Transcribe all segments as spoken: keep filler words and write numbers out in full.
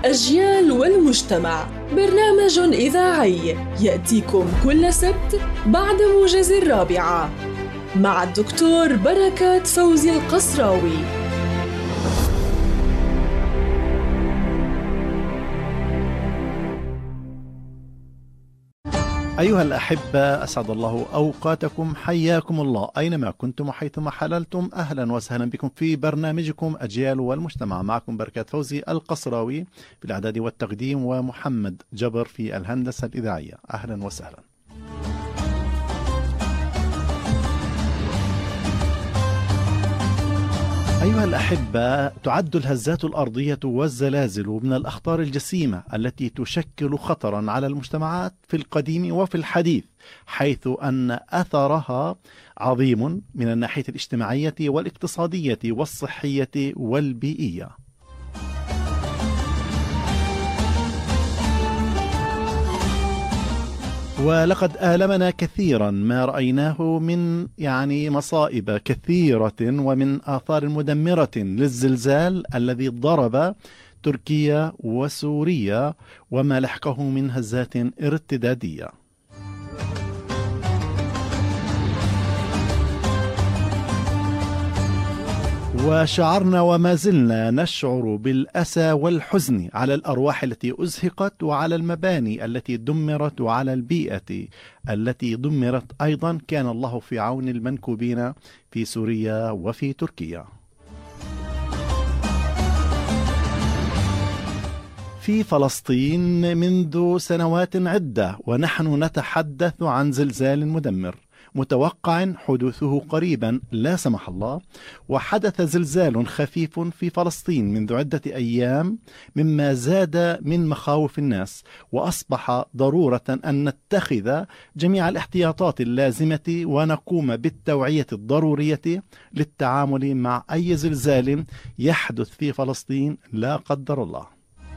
أجيال والمجتمع، برنامج إذاعي يأتيكم كل سبت بعد موجز الرابعة مع الدكتور بركات فوزي القصراوي. أيها الأحبة، أسعد الله أوقاتكم، حياكم الله أينما كنتم وحيثما حللتم. أهلا وسهلا بكم في برنامجكم أجيال والمجتمع. معكم بركات فوزي القصراوي في الإعداد والتقديم، ومحمد جبر في الهندسة الإذاعية. أهلا وسهلا. أيها الأحبة، تعد الهزات الأرضية والزلازل من الأخطار الجسيمة التي تشكل خطرا على المجتمعات في القديم وفي الحديث، حيث أن أثرها عظيم من الناحية الاجتماعية والاقتصادية والصحية والبيئية. ولقد آلمنا كثيرا ما رأيناه من يعني مصائب كثيرة ومن آثار مدمرة للزلزال الذي ضرب تركيا وسوريا وما لحقه من هزات ارتدادية. وشعرنا وما زلنا نشعر بالأسى والحزن على الأرواح التي أزهقت، وعلى المباني التي دمرت، وعلى البيئة التي دمرت أيضا. كان الله في عون المنكوبين في سوريا وفي تركيا. في فلسطين منذ سنوات عدة ونحن نتحدث عن زلزال مدمر متوقع حدوثه قريبا لا سمح الله. وحدث زلزال خفيف في فلسطين منذ عدة أيام، مما زاد من مخاوف الناس، وأصبح ضرورة أن نتخذ جميع الاحتياطات اللازمة ونقوم بالتوعية الضرورية للتعامل مع أي زلزال يحدث في فلسطين لا قدر الله.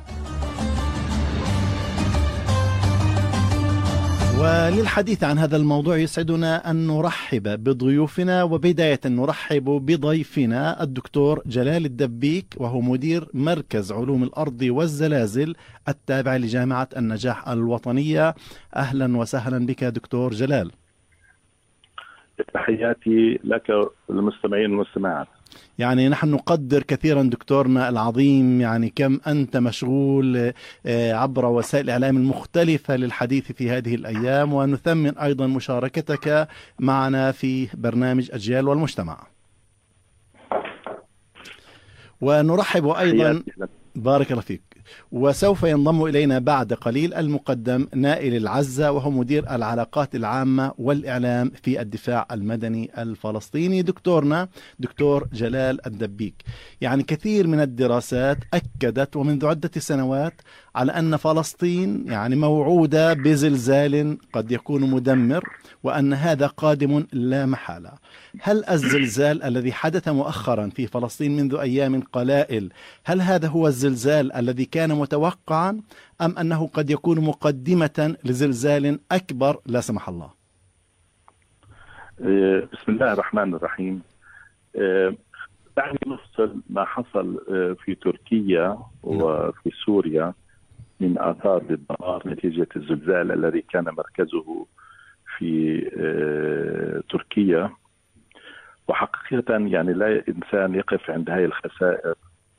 وللحديث عن هذا الموضوع يسعدنا أن نرحب بضيوفنا، وبداية نرحب بضيفنا الدكتور جلال الدبيك، وهو مدير مركز علوم الأرض والزلازل التابع لجامعة النجاح الوطنية. أهلا وسهلا بك دكتور جلال. تحياتي لك والمستمعين والمستمعات. يعني نحن نقدر كثيرا دكتورنا العظيم يعني كم أنت مشغول عبر وسائل الإعلام المختلفة للحديث في هذه الأيام، ونثمن أيضا مشاركتك معنا في برنامج أجيال والمجتمع. ونرحب أيضا، بارك الله فيك. وسوف ينضم إلينا بعد قليل المقدم نائل العزة، وهو مدير العلاقات العامة والإعلام في الدفاع المدني الفلسطيني. دكتورنا دكتور جلال الدبيك، يعني كثير من الدراسات أكدت ومنذ عدة سنوات على أن فلسطين يعني موعودة بزلزال قد يكون مدمر، وأن هذا قادم لا محالة. هل الزلزال الذي حدث مؤخرا في فلسطين منذ أيام قلائل، هل هذا هو الزلزال الذي كان متوقعا، أم أنه قد يكون مقدمة لزلزال أكبر لا سمح الله؟ بسم الله الرحمن الرحيم. دعني نفصل ما حصل في تركيا وفي سوريا من آثار للدمار نتيجة الزلزال الذي كان مركزه في تركيا. وحقيقة يعني لا إنسان يقف عند هذه الخسائر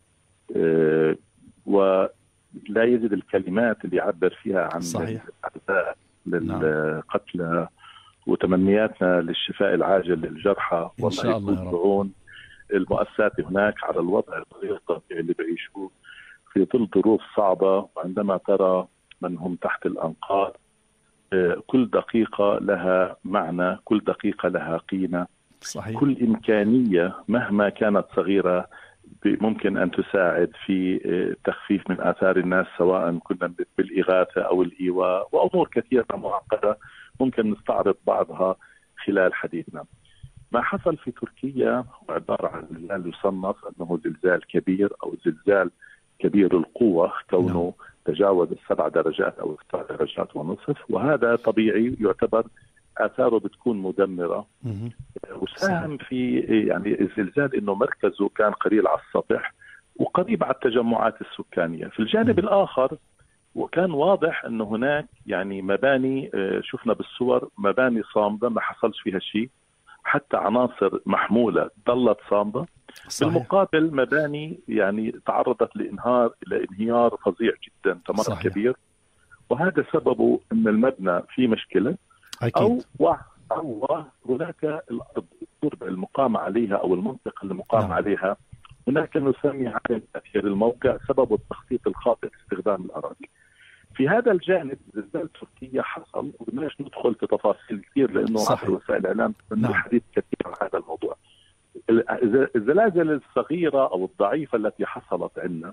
ولا يجد الكلمات اللي يعبر فيها عن الأعداء للقتلى، وتمنياتنا للشفاء العاجل للجرحى. إن شاء الله يا رب. المؤسسات هناك على الوضع الغير طبيعي اللي بيعيشوه في ظل ظروف صعبة. وعندما ترى من هم تحت الأنقاض، كل دقيقة لها معنى، كل دقيقة لها قيمة. صحيح. كل إمكانية مهما كانت صغيرة ممكن أن تساعد في تخفيف من آثار الناس، سواء كنا بالإغاثة أو الإيواء، وأمور كثيرة معقدة ممكن نستعرض بعضها خلال حديثنا. ما حصل في تركيا هو عبارة عن زلزال يصنف أنه زلزال كبير أو زلزال كبير القوة، كونه تجاوز السبع درجات أو السبع درجات ونصف، وهذا طبيعي يعتبر آثاره بتكون مدمرة. وساهم في يعني الزلزال انه مركزه كان قليل على السطح، وقريب على التجمعات السكانية. في الجانب م. الآخر وكان واضح أنه هناك يعني مباني، شفنا بالصور مباني صامدة ما حصلش فيها شيء، حتى عناصر محمولة ظلت صامدة. صحيح. بالمقابل مباني يعني تعرضت لإنهار إلى انهيار فظيع جدا تمر. صحيح. كبير، وهذا سببه أن المبنى فيه مشكلة. أكيد. أو أو هناك الأرض التربة المقام عليها أو المنطقة المقام نعم. عليها هناك نسمي عدم تأثير الموقع سبب التخطيط الخاطئ لاستخدام الأراضي. في هذا الجانب زلزال تركيا حصل، وبدناش ندخل في تفاصيل كثير لأنه عبر وسائل الإعلام نعم. الحديث كثير عن هذا الموضوع. الزلازل الصغيرة أو الضعيفة التي حصلت عندنا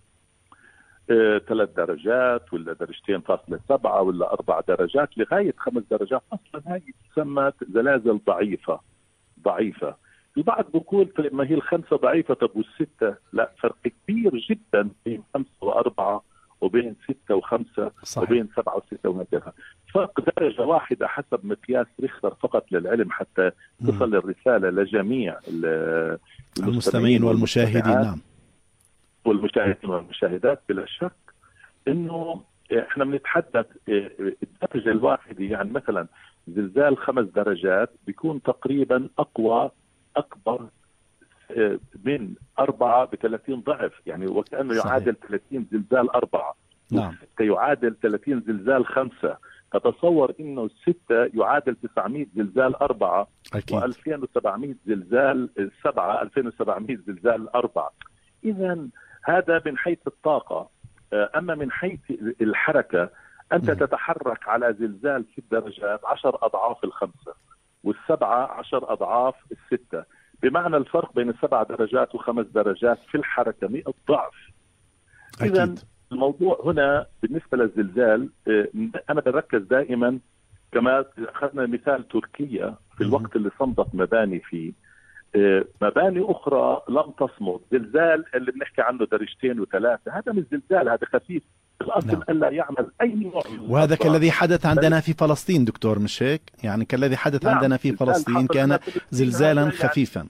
ثلاث درجات ولا درجتين فاصلة سبعة ولا أربع درجات لغاية خمس درجات، أصلا هاي تسمى زلازل ضعيفة ضعيفة. البعض بيقول ما هي الخمسة ضعيفة، طب والستة؟ لا، فرق كبير جدا بين خمسة وأربعة وبين ستة وخمسة. صحيح. وبين سبعة وستة وهكذا. فرق درجة واحدة حسب مقياس ريختر فقط للعلم حتى تصل الرسالة لجميع المستمعين والمشاهدين. نعم. والمشاهدين والمشاهدات. بلا شك انه احنا بنتحدث الدرجة الواحدة، يعني مثلا زلزال خمس درجات بيكون تقريبا اقوى اكبر من أربعة بثلاثين ضعف، يعني وكأنه صحيح. يعادل ثلاثين زلزال أربعة. نعم. يعادل ثلاثين زلزال خمسة. تتصور إنه الستة يعادل تسعمائة زلزال أربعة. وألفين وسبعمائة زلزال سبعة، ألفين وسبعمائة زلزال أربعة. إذن هذا من حيث الطاقة. أما من حيث الحركة أنت م. تتحرك على زلزال ست درجات عشر أضعاف الخمسة، والسبعة عشر أضعاف الستة، بمعنى الفرق بين السبع درجات وخمس درجات في الحركة مئة ضعف. إذن الموضوع هنا بالنسبة للزلزال أنا بركز دائما كما أخذنا مثال تركيا في الوقت اللي صمدت مباني فيه، مباني أخرى لم تصمد. زلزال اللي بنحكي عنه درجتين وثلاثة هذا مش زلزال، هذا خفيف الأصل. نعم. ألا يعمل أي نوع. وهذا كالذي حدث عندنا في فلسطين دكتور، مش هيك؟ يعني كالذي حدث نعم. عندنا في فلسطين كان زلزالا خفيفا.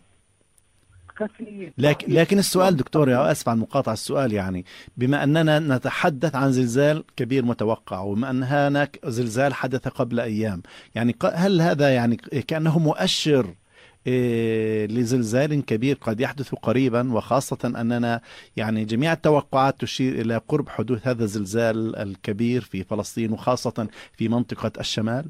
لكن لكن السؤال دكتور، يا اسف على المقاطعه، السؤال يعني بما اننا نتحدث عن زلزال كبير متوقع وبما ان هناك زلزال حدث قبل ايام، يعني هل هذا يعني كانه مؤشر إيه لزلزال كبير قد يحدث قريبا، وخاصة أننا يعني جميع التوقعات تشير إلى قرب حدوث هذا الزلزال الكبير في فلسطين وخاصة في منطقة الشمال؟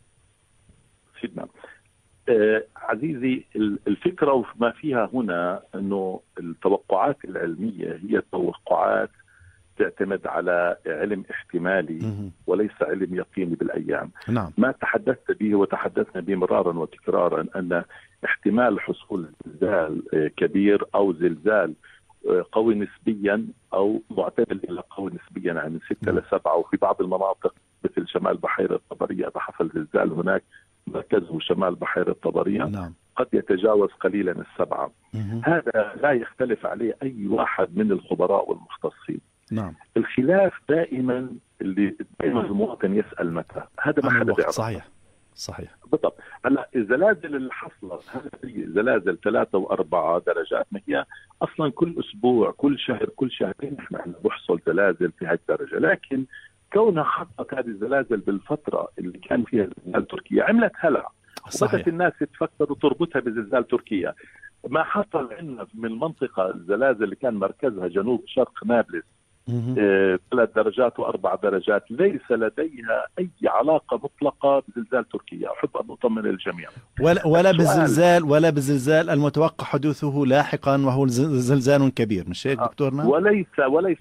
سيدنا آه عزيزي، الفكرة وما فيها هنا أنه التوقعات العلمية هي توقعات تعتمد على علم احتمالي وليس علم يقيني بالأيام. نعم. ما تحدثت به وتحدثنا به مرارا وتكرارا أن احتمال حصول زلزال كبير أو زلزال قوي نسبيا أو معتدل إلى قوي نسبيا عن يعني ستة إلى سبعة، وفي بعض المناطق مثل شمال بحيرة طبرية إذا حصل زلزال هناك مركزه شمال بحيرة طبرية. نعم. قد يتجاوز قليلا السبعة. مم. هذا لا يختلف عليه أي واحد من الخبراء والمختصين. نعم. الخلاف دائما اللي دائما المواطن يسأل متى، هذا ما حدا بيعرف. صحيح صحيح بالضبط. هلا الزلازل اللي حصلت هذه زلازل ثلاثة وأربعة درجات، ما هي أصلا كل أسبوع كل شهر كل شهرين احنا بحصل زلازل في هذه الدرجة، لكن كونها حصلت هذه الزلازل بالفترة اللي كان فيها زلزال تركيا عملت هلع، وبدأت الناس تفكر وتربطها بزلزال تركيا. ما حصل عندنا من المنطقة الزلازل اللي كان مركزها جنوب شرق نابلس ثلاث درجات وأربع درجات ليس لديها أي علاقة مطلقة بزلزال تركيا. أحب أن أطمن الجميع. ولا ولا بالزلزال ولا بالزلزال المتوقع حدوثه لاحقا وهو زلزال كبير، مش هيك دكتورنا؟ وليس وليس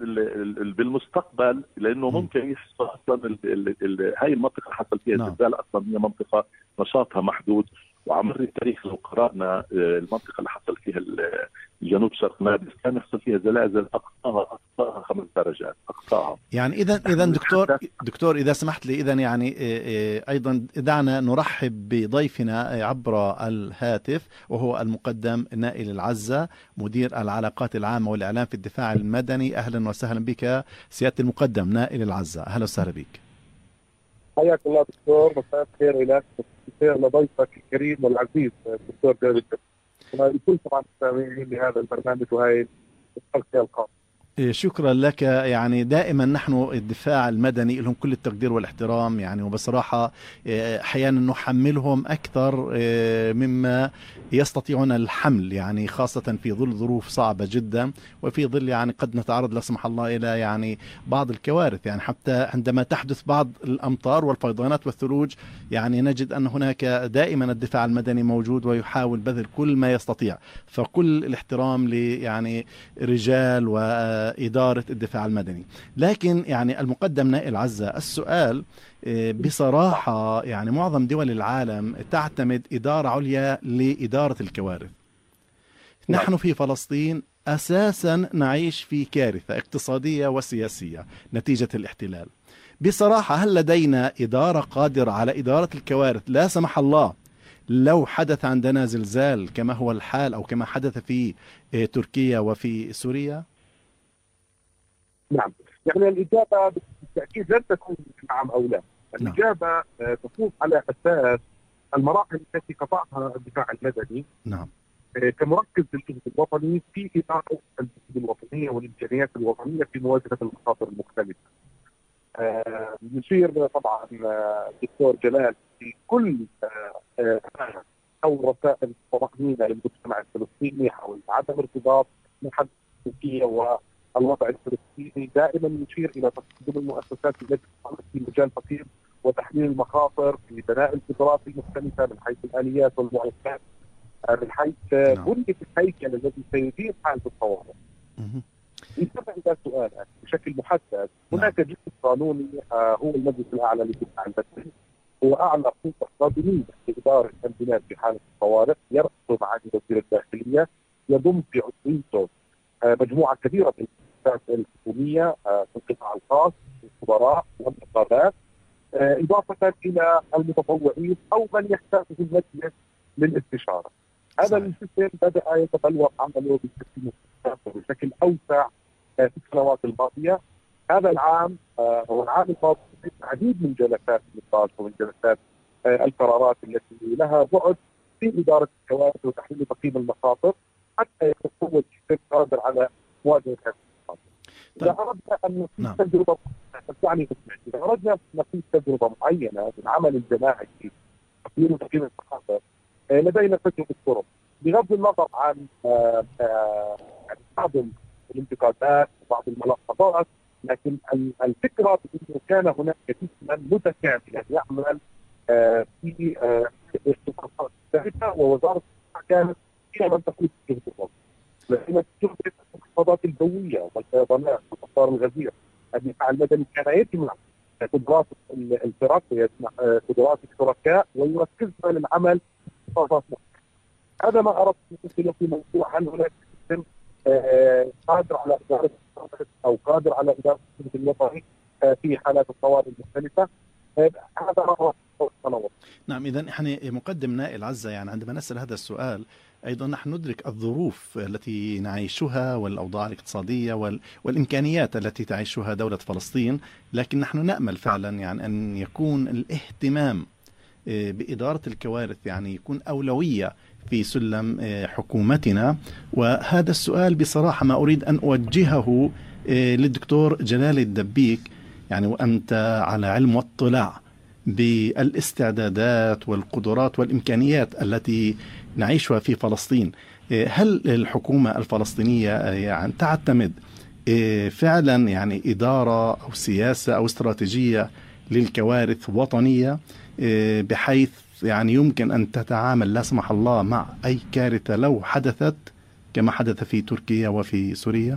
بالمستقبل، لأنه م. ممكن يحصل أصلا هاي المنطقة حصل فيها نعم. زلزال أصلا هي منطقة نشاطها محدود، وعمر التاريخ لو قرأنا المنطقة اللي حصل فيها الجنوب شرق نابلس كان يحصل فيها زلازل أقصاها أقصاها خمس درجات أقصاها. يعني إذا إذا دكتور دكتور إذا سمحت لي، إذا يعني أيضا دعنا نرحب بضيفنا عبر الهاتف وهو المقدم نائل العزة مدير العلاقات العامة والإعلام في الدفاع المدني. أهلا وسهلا بك سيادة المقدم نائل العزة، أهلا وسهلا بك. حياك الله دكتور، مساء الخير لك وخير لضيفك الكريم والعزيز الدكتور جابر، وكل طبعا المستمعين لهذا البرنامج وهي التغطية الخاصة. شكرا لك. يعني دائما نحن الدفاع المدني لهم كل التقدير والاحترام، يعني وبصراحة أحيانا نحملهم أكثر مما يستطيعون الحمل، يعني خاصة في ظل ظروف صعبة جدا، وفي ظل يعني قد نتعرض لا سمح الله إلى يعني بعض الكوارث، يعني حتى عندما تحدث بعض الأمطار والفيضانات والثلوج يعني نجد أن هناك دائما الدفاع المدني موجود ويحاول بذل كل ما يستطيع. فكل الاحترام ل يعني رجال و إدارة الدفاع المدني. لكن يعني المقدم نائل عزة، السؤال بصراحة يعني معظم دول العالم تعتمد إدارة عليا لإدارة الكوارث. نحن في فلسطين أساسا نعيش في كارثة اقتصادية وسياسية نتيجة الاحتلال. بصراحة هل لدينا إدارة قادرة على إدارة الكوارث لا سمح الله لو حدث عندنا زلزال كما هو الحال أو كما حدث في تركيا وفي سوريا؟ نعم، يعني الإجابة بالتأكيد لن تكون نعم أو لا. الإجابة نعم. تقوم على أساس المراحل التي قطعها الدفاع المدني نعم كمركز للجهد الوطني في إدارة الجهود الوطنية والإمكانيات الوطنية في مواجهة المخاطر المختلفة. آه نشير طبعا الدكتور جلال في كل آه أو رسائل الطمأنينة للمجتمع الفلسطيني حول عدم ارتباط محل تركيا والوضع الفلسطيني، دائما يشير إلى تقدم المؤسسات التي تعمل في مجال بسيط وتحليل المخاطر في بناء القدرات المختلفة من حيث الآليات والمعدات، من حيث بنية الهيكل الذي سيدير حالة الطوارئ. يتبع إلى سؤالك بشكل محدد، هناك جزء قانوني هو المجلس الأعلى للدفاع المدني، هو أعلى سلطة قانونية لإدارة البلاد في حالة الطوارئ، يرأسه معالي وزير الداخلية، يضم في عضويته مجموعة كبيرة من المؤسسات الحكومية في القطاع الخاص، الخبراء والنقابات، إضافة إلى المتطوعين أو من يحتاجه المجلس للاستشارة. هذا السيستم بدأ يتبلور عمله بشكل بشكل أوسع في السنوات الماضية. هذا العام والعام الماضي عديد من جلسات النقاش ومن جلسات القرارات التي لها بعد في إدارة الكوارث وتحليل وتقييم المخاطر حتى يكون السيستم قادر على مواجهة هذه المخاطر. إذا أردنا أن نقيم تجربة يعني إذا أردنا أن نقيم تجربة معينة من العمل الجماعي في تقييم وتقييم المخاطر، لدينا تجربة طرق بغض النظر عن يعني بعض الانتقادات وبعض الملاحظات، لكن الفكرة بأنه كان هناك جسما متكاملا يعمل في اختصاصات مختلفة، ووزارة الصحة كانت هي من تقود الجهد الوطني. لدينا تجربة الاقتصادات الجوية والفيضانات والأمطار الغزيرة. الدفاع المدني كان يجمع قدرات الفرق ويجمع قدرات الشركاء ويركزنا للعمل اختصاصات مختلفة. هذا ما أردت أن في موضوع هل هناك سيستم قادر على إدارة أو قادر على إدارة الجهد الوطني في حالات الطوارئ المختلفة. هذا ما هو. نعم، إذا احنا مقدم نائل عزة يعني عندما نسأل هذا السؤال أيضا نحن ندرك الظروف التي نعيشها والأوضاع الاقتصادية وال... والإمكانيات التي تعيشها دولة فلسطين، لكن نحن نأمل فعلا يعني أن يكون الاهتمام بإدارة الكوارث يعني يكون أولوية في سلم حكومتنا. وهذا السؤال بصراحة ما أريد أن أوجهه للدكتور جلال الدبيك، يعني وأنت على علم واطلاع بالاستعدادات والقدرات والإمكانيات التي نعيشها في فلسطين. هل الحكومة الفلسطينية يعني تعتمد فعلا يعني إدارة أو سياسة أو استراتيجية للكوارث وطنية بحيث يعني يمكن أن تتعامل لا سمح الله مع أي كارثة لو حدثت كما حدث في تركيا وفي سوريا؟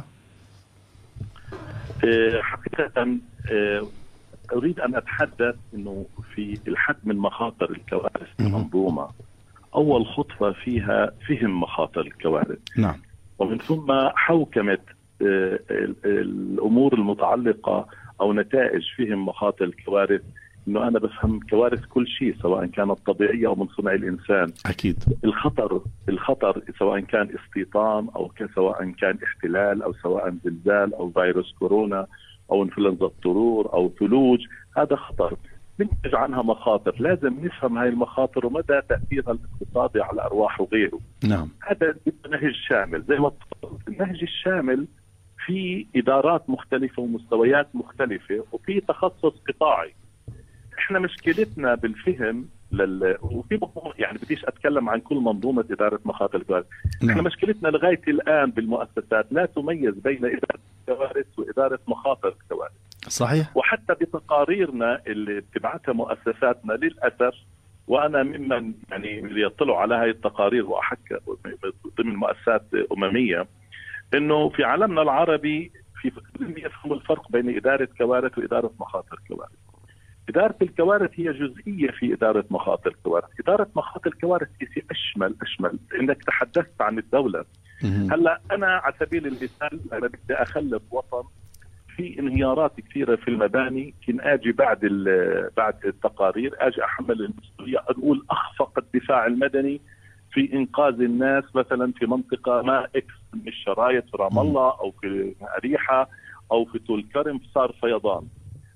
حقيقة أريد أن أتحدث أنه في الحد من مخاطر الكوارث في المنظومة أول خطوة فيها فهم مخاطر الكوارث. نعم. ومن ثم حوكمة الأمور المتعلقة أو نتائج فهم مخاطر الكوارث، إنه أنا بفهم كوارث كل شيء سواء كانت طبيعية أو من صنع الإنسان. أكيد. الخطر الخطر سواء كان استيطان أو سواء كان احتلال أو سواء زلزال أو فيروس كورونا أو انفلونزا الطيور أو ثلوج، هذا خطر. ننتج عنها مخاطر، لازم نفهم هاي المخاطر ومدى تأثيرها الاقتصادي على الأرواح وغيره. نعم. هذا نهج شامل زي ما تفضلت. النهج الشامل في إدارات مختلفة ومستويات مختلفة وفي تخصص قطاعي. احنا مشكلتنا بالفهم لل... وفي يعني بديش اتكلم عن كل منظومه اداره مخاطر الكوارث. نعم. احنا مشكلتنا لغايه الان بالمؤسسات لا تميز بين اداره الكوارث واداره مخاطر الكوارث. صحيح. وحتى بتقاريرنا اللي بتبعتها مؤسساتنا للاسف، وانا ممن يعني اللي يطلعوا على هاي التقارير واحكى ضمن مؤسسات امميه، انه في عالمنا العربي في يفهم الفرق بين اداره كوارث واداره مخاطر كوارث. إدارة الكوارث هي جزئية في إدارة مخاطر الكوارث. إدارة مخاطر الكوارث هي أشمل أشمل إنك تحدثت عن الدولة. هلا أنا على سبيل المثال أنا بدي أخلف وطن في انهيارات كثيرة في المباني، كن أجي بعد بعد التقارير أجي أحمل المسؤولية، أقول أخفق الدفاع المدني في إنقاذ الناس مثلا في منطقة ما إكس من الشرايط في رام الله أو في أريحة أو في طول كرم صار فيضان.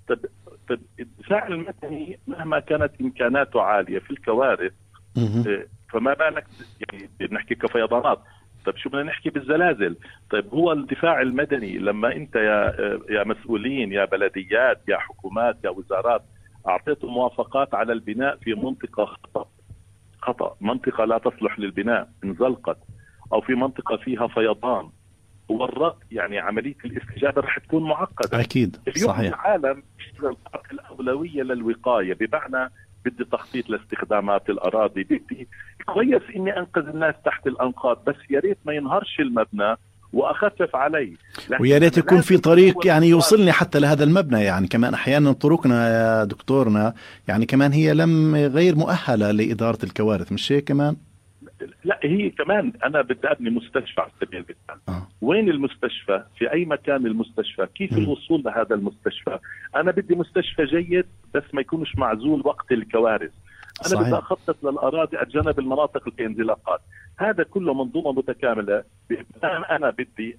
الدفاع المدني مهما كانت إمكاناته عالية في الكوارث فما بالك يعني بنحكي كفيضانات. طيب شو بدنا نحكي بالزلازل؟ طيب هو الدفاع المدني لما أنت يا يا مسؤولين يا بلديات يا حكومات يا وزارات أعطيتوا موافقات على البناء في منطقة خطأ خطأ منطقة لا تصلح للبناء انزلقت أو في منطقة فيها فيضان، والرد يعني عملية الاستجابة رح تكون معقدة. أكيد اليوم صحيح. العالم يشتغل الأولوية للوقاية، بمعنى بدي تخطيط لاستخدامات الأراضي، بدي كويس إني أنقذ الناس تحت الأنقاض، بس يا ريت ما ينهارش المبنى وأخفف عليه، ويا ريت يكون في طريق يعني يوصلني حتى لهذا المبنى. يعني كمان أحيانا طرقنا يا دكتورنا يعني كمان هي لم غير مؤهلة لإدارة الكوارث، مش هيك كمان؟ لا هي كمان أنا بدي أبني مستشفى على سبيل المثال. آه. وين المستشفى؟ في أي مكان المستشفى؟ كيف م. الوصول لهذا المستشفى؟ أنا بدي مستشفى جيد بس ما يكونش معزول وقت الكوارث. أنا صحيح. بدي أخطط للأراضي أتجنب المناطق اللي فيها انزلاقات. هذا كله منظومة متكاملة. أنا بدي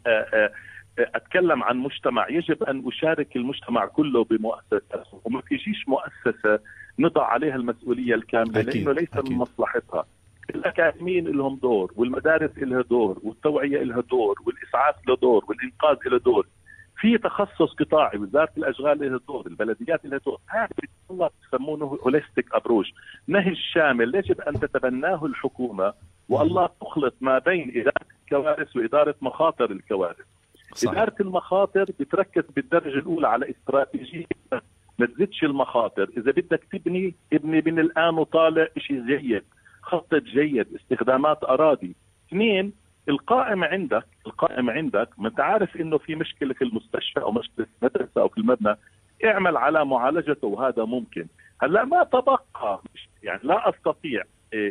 أتكلم عن مجتمع، يجب أن أشارك المجتمع كله بمؤسسة، وما فيش مؤسسة نضع عليها المسؤولية الكاملة. أكيد. لأنه ليس أكيد. من مصلحتها. الأكاديميين لهم دور، والمدارس لها دور، والتوعية لها دور، والإسعاف له دور، والإنقاذ له دور. في تخصص قطاعي، وزارة الأشغال لها دور، البلديات لها دور. هذا الله يسمونه هوليستيك أبروش، نهج شامل يجب أن تتبناه الحكومة، والله تخلط ما بين إدارة الكوارث وإدارة مخاطر الكوارث. صحيح. إدارة المخاطر بتركز بالدرجة الأولى على استراتيجية، ما تزيدش المخاطر. إذا بدك تبني ابني من الآن وطالع شيء جيد، خطط جيد، استخدامات أراضي. اثنين، القائم عندك القائم عندك ما انت عارف انه في مشكلة في المستشفى او مشكلة في المدرسة او في المبنى، اعمل على معالجته، وهذا ممكن. هلا ما تبقى يعني لا استطيع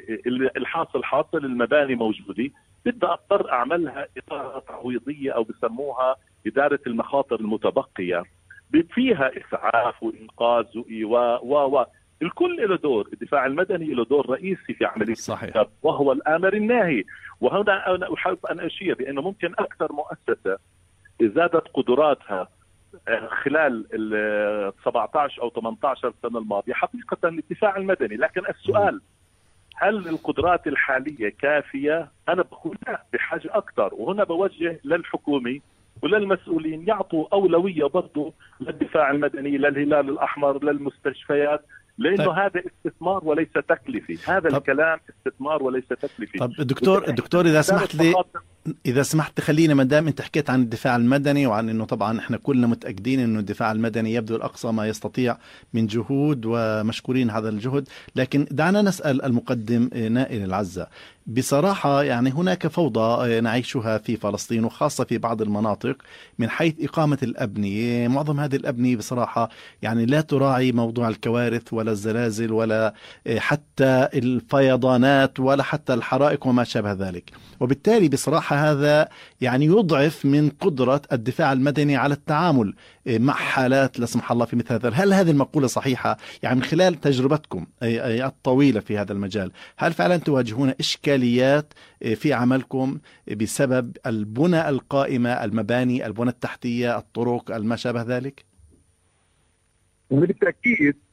الحاصل حاصل المباني موجودة، بدي اضطر اعملها إدارة تعويضية او بسموها إدارة المخاطر المتبقية، فيها اسعاف وانقاذ وايواء و و الكل له دور. الدفاع المدني له دور رئيسي في عملية صحيح. وهو الآمر الناهي. وهنا أنا أحب أن أشير بأنه ممكن أكثر مؤسسة زادت قدراتها خلال ال سبعة عشر أو ثمانية عشر سنة الماضية حقيقة الدفاع المدني، لكن السؤال هل القدرات الحالية كافية؟ أنا بقول لا، بحاجة أكثر. وهنا بوجه للحكومة وللمسؤولين يعطوا أولوية برضو للدفاع المدني، للهلال الأحمر، للمستشفيات، لأنه طيب. هذا استثمار وليس تكلفي. هذا طب. الكلام استثمار وليس تكلفي. طب الدكتور الدكتور إذا سمحت لي إذا سمحت خلينا، ما دام أنت حكيت عن الدفاع المدني وعن أنه طبعا إحنا كلنا متأكدين أنه الدفاع المدني يبذل أقصى ما يستطيع من جهود ومشكورين هذا الجهد، لكن دعنا نسأل المقدم نائل العزة. بصراحة يعني هناك فوضى نعيشها في فلسطين وخاصة في بعض المناطق من حيث إقامة الأبنية. معظم هذه الأبنية بصراحة يعني لا تراعي موضوع الكوارث ولا الزلازل ولا حتى الفيضانات ولا حتى الحرائق وما شابه ذلك، وبالتالي بصراحة هذا يعني يضعف من قدرة الدفاع المدني على التعامل مع حالات لا سمح الله في مثل هذا. هل هذه المقولة صحيحة؟ يعني من خلال تجربتكم الطويلة في هذا المجال، هل فعلا تواجهون إشكاليات في عملكم بسبب البنى القائمة، المباني، البنى التحتية، الطرق، ما شابه ذلك؟ بالتأكيد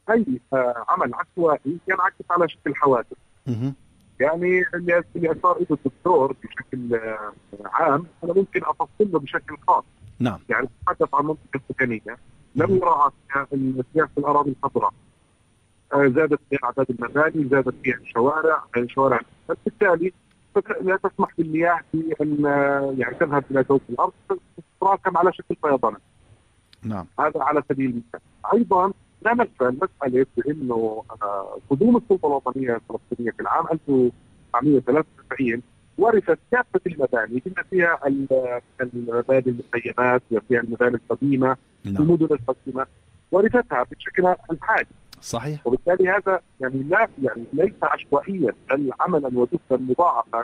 اي عمل عشوائي ينعكس على شكل حوادث. يعني اللي اللي اشار اليه الدكتور بشكل عام انا ممكن افصل له بشكل خاص. نعم. يعني نتحدث عن منطقه سكنيه لم يراعى سياسه الاراضي الخضراء، زادت فيها اعداد المباني، زادت فيها الشوارع، الشوارع بالتالي لا تسمح بالمياه بان يعني تذهب الى جوف الارض تتراكم على شكل فيضانات. نعم. هذا على سبيل المثال. ايضا لا نغفل مساله بانه قدوم السلطه الوطنيه الفلسطينيه في العام ألف وتسعمئة وثلاثة وتسعين ورثت كافه المباني بما فيها المباني المخيمات وفيها المباني القديمه. نعم. المدن القديمه ورثتها بشكل الحالي. صحيح. وبالتالي هذا يعني لا يعني ليس عشوائيا بل عملا ودفا مضاعفا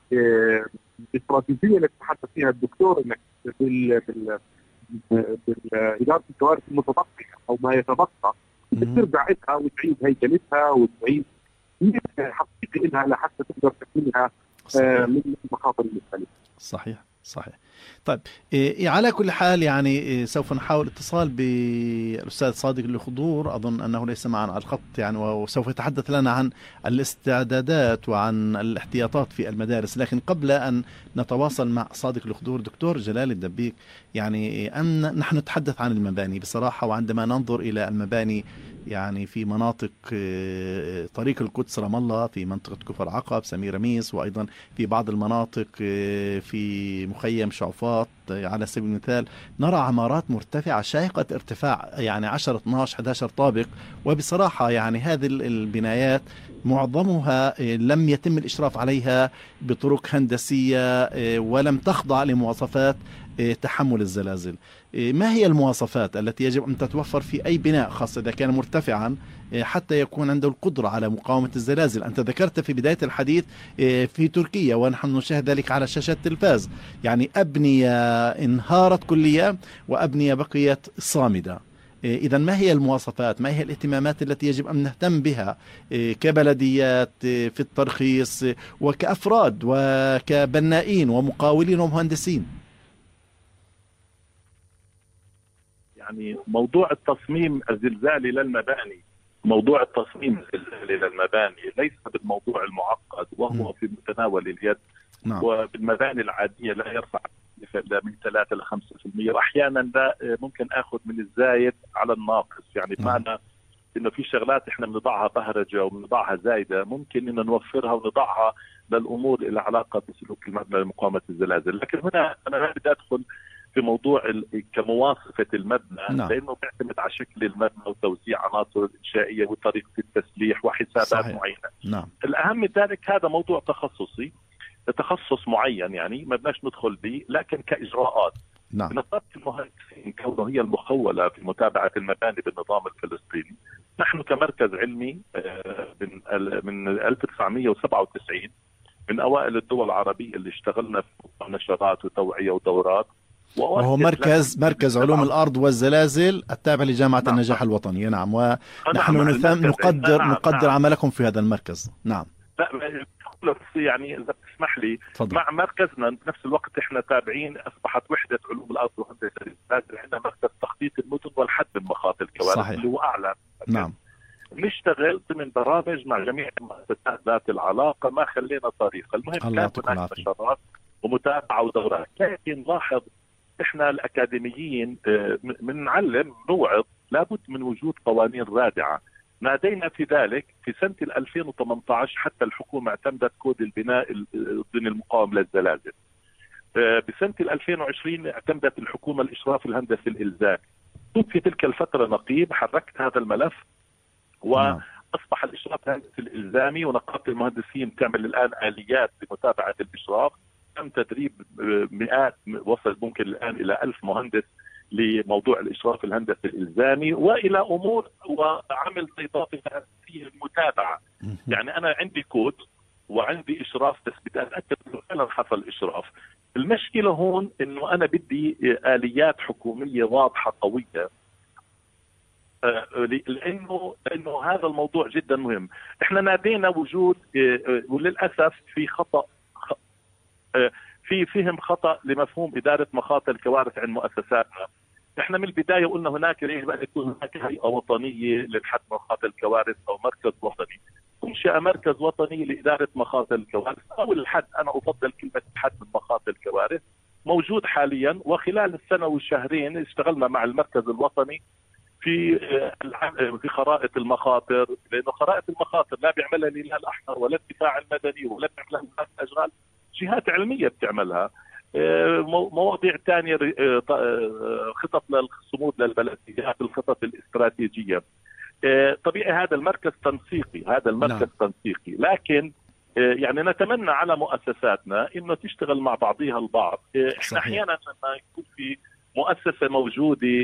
باستراتيجيه اللي تحدث فيها الدكتور انك بال بال بالاداره الكوارث المتبقيه او ما يتبقى ترجع لها وتعيد هيكلتها وتعيد حقيقه لها لحتى تقدر تحملها من المخاطر المختلفه. صحيح صحيح. طيب إيه على كل حال يعني إيه سوف نحاول اتصال بالأستاذ صادق الخضور، أظن أنه ليس معنا على الخط يعني، وسوف يتحدث لنا عن الاستعدادات وعن الاحتياطات في المدارس. لكن قبل أن نتواصل مع صادق الخضور دكتور جلال الدبيك، يعني أن نحن نتحدث عن المباني بصراحة، وعندما ننظر إلى المباني يعني في مناطق طريق القدس رام الله، في منطقة كفر عقب سمير ميس، وأيضا في بعض المناطق في مخيم شعفاط على سبيل المثال، نرى عمارات مرتفعة شاهقة ارتفاع يعني عشرة اثني عشر إحدى عشر طابق. وبصراحة يعني هذه البنايات معظمها لم يتم الإشراف عليها بطرق هندسية ولم تخضع لمواصفات تحمل الزلازل. ما هي المواصفات التي يجب أن تتوفر في أي بناء خاصة إذا كان مرتفعا حتى يكون عنده القدرة على مقاومة الزلازل؟ أنت ذكرت في بداية الحديث في تركيا ونحن نشاهد ذلك على شاشة التلفاز، يعني أبنية انهارت كليا وأبنية بقيت صامدة. إذا ما هي المواصفات، ما هي الاهتمامات التي يجب أن نهتم بها كبلديات في الترخيص وكأفراد وكبنائين ومقاولين ومهندسين؟ يعني موضوع التصميم الزلزالي للمباني موضوع التصميم الزلزالي للمباني ليس بالموضوع المعقد وهو في متناول اليد. نعم. وبالمباني العادية لا يرفع إلا من ثلاثة إلى خمسة بالمئة، وأحيانا لا ممكن أخذ من الزايد على الناقص، يعني بمعنى نعم. إنه في شغلات إحنا بنضعها بهرجة وبنضعها زايدة ممكن إن نوفرها ونضعها للأمور اللي علاقة بسلوك المبنى لمقاومة الزلازل. لكن هنا أنا ما بدي أدخل في موضوع كمواصفة المبنى نعم. لأنه بيعتمد على شكل المبنى وتوزيع عناصره الإنشائية وطريقة التسليح وحسابات صحيح. معينة. نعم. الأهم من ذلك هذا موضوع تخصصي تخصص معين يعني ما بدناش ندخل به، لكن كإجراءات نعم. نقابة المهندسين كونه هي المخولة في متابعة المباني بالنظام الفلسطيني، نحن كمركز علمي من من ألف وتسعمئة وسبعة وتسعين من أوائل الدول العربية اللي اشتغلنا في نشرات وتوعية ودورات، وهو مركز مركز علوم الأرض والزلازل التابع لجامعة نعم. النجاح الوطني. نعم. ونحن نعم. نقدر نعم. نقدر نعم. عملكم في هذا المركز. نعم. لا يعني إذا تسمح لي فضل. مع مركزنا بنفس الوقت إحنا تابعين، أصبحت وحدة علوم الأرض وهندسة الزلازل عندنا مركز تخطيط المدن والحد من مخاطر الكوارث اللي هو أعلى. نعم. نشتغل ضمن برامج مع جميع المؤسسات ذات العلاقة، ما خلينا طريقة. المهم كانت هناك نشرات ومتابعة ودورات، لكن لاحظ إحنا الأكاديميين بنعلم نوعظ لابد من وجود قوانين رادعة. نادينا في ذلك في سنة ألفين وثمانية عشر حتى الحكومة اعتمدت كود البناء ضمن المقاوم للزلازل. بسنة ألفين وعشرين اعتمدت الحكومة الإشراف الهندسي الإلزامي. كنت في تلك الفترة نقيب، حركت هذا الملف وأصبح الإشراف الهندسي الإلزامي، ونقابة المهندسين تعمل الآن آليات لمتابعة الإشراف. تم تدريب مئات، وصل ممكن الآن إلى ألف مهندس لموضوع الإشراف الهندسي الإلزامي، وإلى أمور وعمل إضافي هندسية المتابعة. يعني أنا عندي كود وعندي إشراف بس بدي أتأكد إنه فعلا حصل إشراف. المشكلة هون إنه أنا بدي آليات حكومية واضحة قوية، لأنه لأنه هذا الموضوع جدا مهم. إحنا نادينا وجود وللأسف في خطأ في فهم خطأ لمفهوم إدارة مخاطر الكوارث عند مؤسساتنا. احنا من البدايه قلنا هناك يجب ان يكون هناك هيئه وطنيه للحد من مخاطر الكوارث او مركز وطني. انشئ مركز وطني لاداره مخاطر الكوارث او الحد، انا افضل كلمه الحد من مخاطر الكوارث، موجود حاليا. وخلال السنه والشهرين اشتغلنا مع المركز الوطني في في خرائط المخاطر، لانه خرائط المخاطر لا بيعملها الهلال الاحمر ولا الدفاع المدني ولا بيعملها وزاره الاشغال، جهات علميه بتعملها. مواضيع ثانيه خطط للصمود للبلديات، الخطط الاستراتيجيه. طبيعي هذا المركز تنسيقي، هذا المركز نعم. تنسيقي، لكن يعني نتمنى على مؤسساتنا انه تشتغل مع بعضها البعض. احنا احيانا لما يكون في مؤسسه موجوده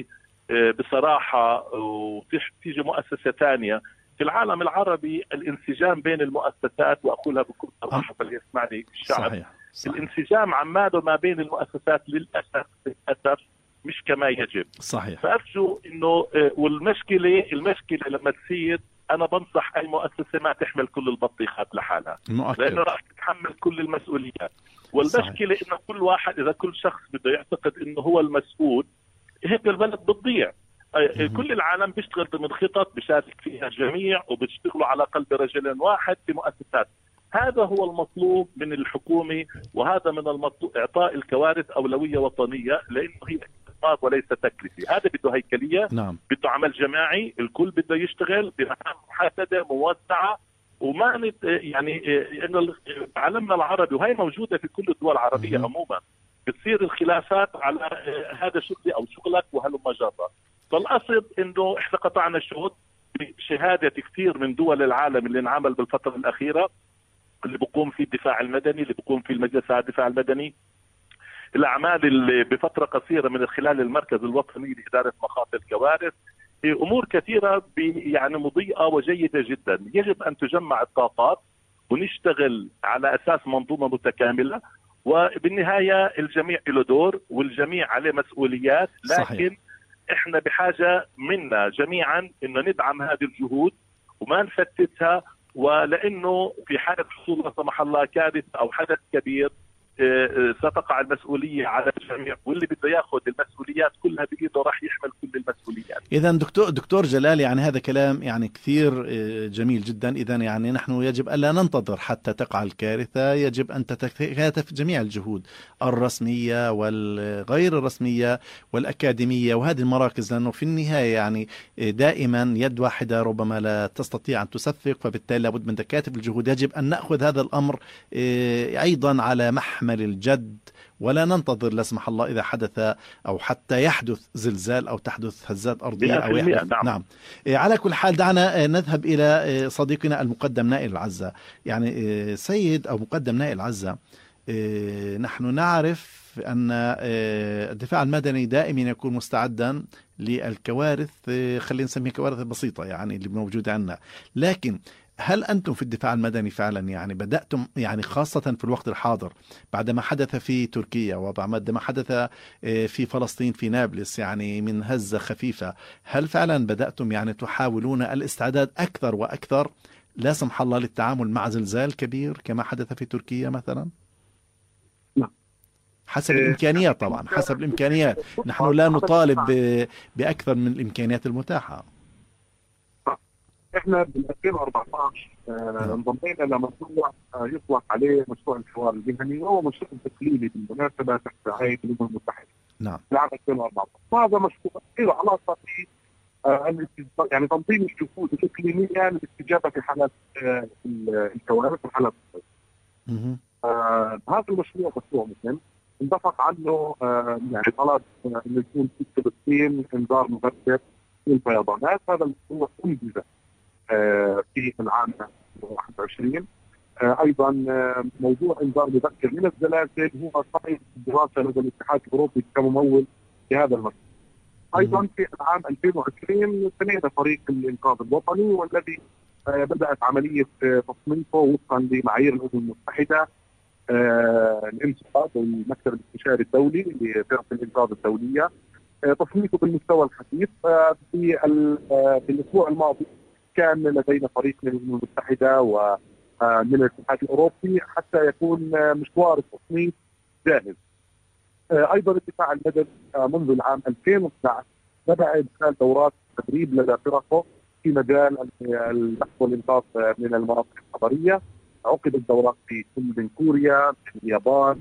بصراحه وتيجي مؤسسه ثانيه في العالم العربي، الانسجام بين المؤسسات، واقولها بكل صراحه فليسمعني الشعب، صحيح. صحيح. الانسجام عماده ما بين المؤسسات للاسف للاسف مش كما يجب. صحيح. فارجو انه والمشكله المشكله لما تصير، انا بنصح اي مؤسسه ما تحمل كل البطيخات لحالها، مؤكد. لانه راح تتحمل كل المسؤوليات. والمشكله صحيح. انه كل واحد اذا كل شخص بده يعتقد انه هو المسؤول، هيك البلد بتضيع. كل العالم بيشتغل ضمن خطط بيشارك فيها الجميع وبيشتغلوا على قلب رجل واحد في مؤسسات. هذا هو المطلوب من الحكومة، وهذا من المطلوب إعطاء الكوارث أولوية وطنية، لأنه هي اقتصاد وليس تكلفة. هذا بده هيكلية، نعم. بده عمل جماعي، الكل بده يشتغل بمهام محددة موزعة، وما نت يعني إنه عالمنا العربي وهي موجودة في كل الدول العربية عموما، بتصير الخلافات على هذا شغلي أو شغلك وهلم جرة. فالأصل إنه إحنا قطعنا الشوط بشهادة كثير من دول العالم اللي انعمل بالفترة الأخيرة، اللي بقوم فيه الدفاع المدني، اللي بقوم فيه المجلس على الدفاع المدني، الأعمال اللي بفترة قصيرة من خلال المركز الوطني لإدارة مخاطر الكوارث، أمور كثيرة يعني مضيئة وجيدة جدا. يجب أن تجمع الطاقات ونشتغل على أساس منظومة متكاملة، وبالنهاية الجميع له دور والجميع عليه مسؤوليات، لكن صحيح. احنا بحاجة منا جميعا انه ندعم هذه الجهود وما نفتتها، ولانه في حالة حصول لا سمح الله كارثة او حدث كبير ستقع المسؤولية على الجميع، واللي بده ياخذ المسؤوليات كلها بإيده راح يحمل كل المسؤوليات. إذا دكتور دكتور جلال، يعني هذا كلام يعني كثير جميل جدا. إذا يعني نحن يجب ألا ننتظر حتى تقع الكارثة، يجب أن تتكاتف جميع الجهود الرسمية والغير الرسمية والأكاديمية وهذه المراكز، لأنه في النهاية يعني دائما يد واحدة ربما لا تستطيع أن تصفق، فبالتالي لابد من تكاتف الجهود. يجب أن نأخذ هذا الأمر أيضا على محمل الجد، ولا ننتظر لا سمح الله إذا حدث أو حتى يحدث زلزال أو تحدث هزات أرضية أو يحدث نعم. نعم. على كل حال دعنا نذهب إلى صديقنا المقدم نائل العزة. يعني سيد أو مقدم نائل العزة، نحن نعرف أن الدفاع المدني دائما يكون مستعدا للكوارث، خلينا نسميها كوارث بسيطة يعني اللي موجودة عندنا، لكن هل أنتم في الدفاع المدني فعلا يعني بدأتم يعني خاصة في الوقت الحاضر بعدما حدث في تركيا وبعدما حدث في فلسطين في نابلس يعني من هزة خفيفة، هل فعلا بدأتم يعني تحاولون الاستعداد أكثر وأكثر لا سمح الله للتعامل مع زلزال كبير كما حدث في تركيا مثلا؟ نعم. حسب الإمكانيات طبعا، حسب الإمكانيات، نحن لا نطالب بأكثر من الإمكانيات المتاحة. احنا بال ألفين وأربعة عشر انضمينا لمشروع يطلق عليه مشروع الحوار المهني، وهو مشروع تقليدي بالمناسبه تحت رعايه الامم المتحده. نعم. في عام ألفين وأربعة عشر. هذا مشروع له علاقه في يعني تنظيم الجهود الاقليميه للاستجابه في حالات الكوارث وحالات الصيد. هذا المشروع مشروع مهم، انطلق عنه يعني طلب انه يكون في فلسطين انذار مبكر للفيضانات. هذا المشروع انجز في العام واحد وعشرين. ايضا موضوع انذار مبكر من الزلازل هو صحيح الدراسه لدى الاتحاد الاوروبي كممول لهذا المشروع. ايضا في العام ألفين وعشرين ثنينا فريق الانقاذ الوطني، والذي بدات عمليه تصنيفه وفقا لمعايير الامم المتحده، الانسقاط والمكتب الاستشاري الدولي لفرق الانقاذ الدوليه، تصنيفه بالمستوى الخفيف. في الاسبوع الماضي كان لدينا فريق من الامم المتحده ومن الاتحاد الاوروبي حتى يكون مشوار التصنيف جاهز. ايضا الدفاع المدني منذ العام ألفين واثني عشر بدأ ادخال دورات تدريب لدى فرقه في مجال البحث والانقاذ من المناطق الخطريه. عقدت دورات في من كوريا، من اليابان،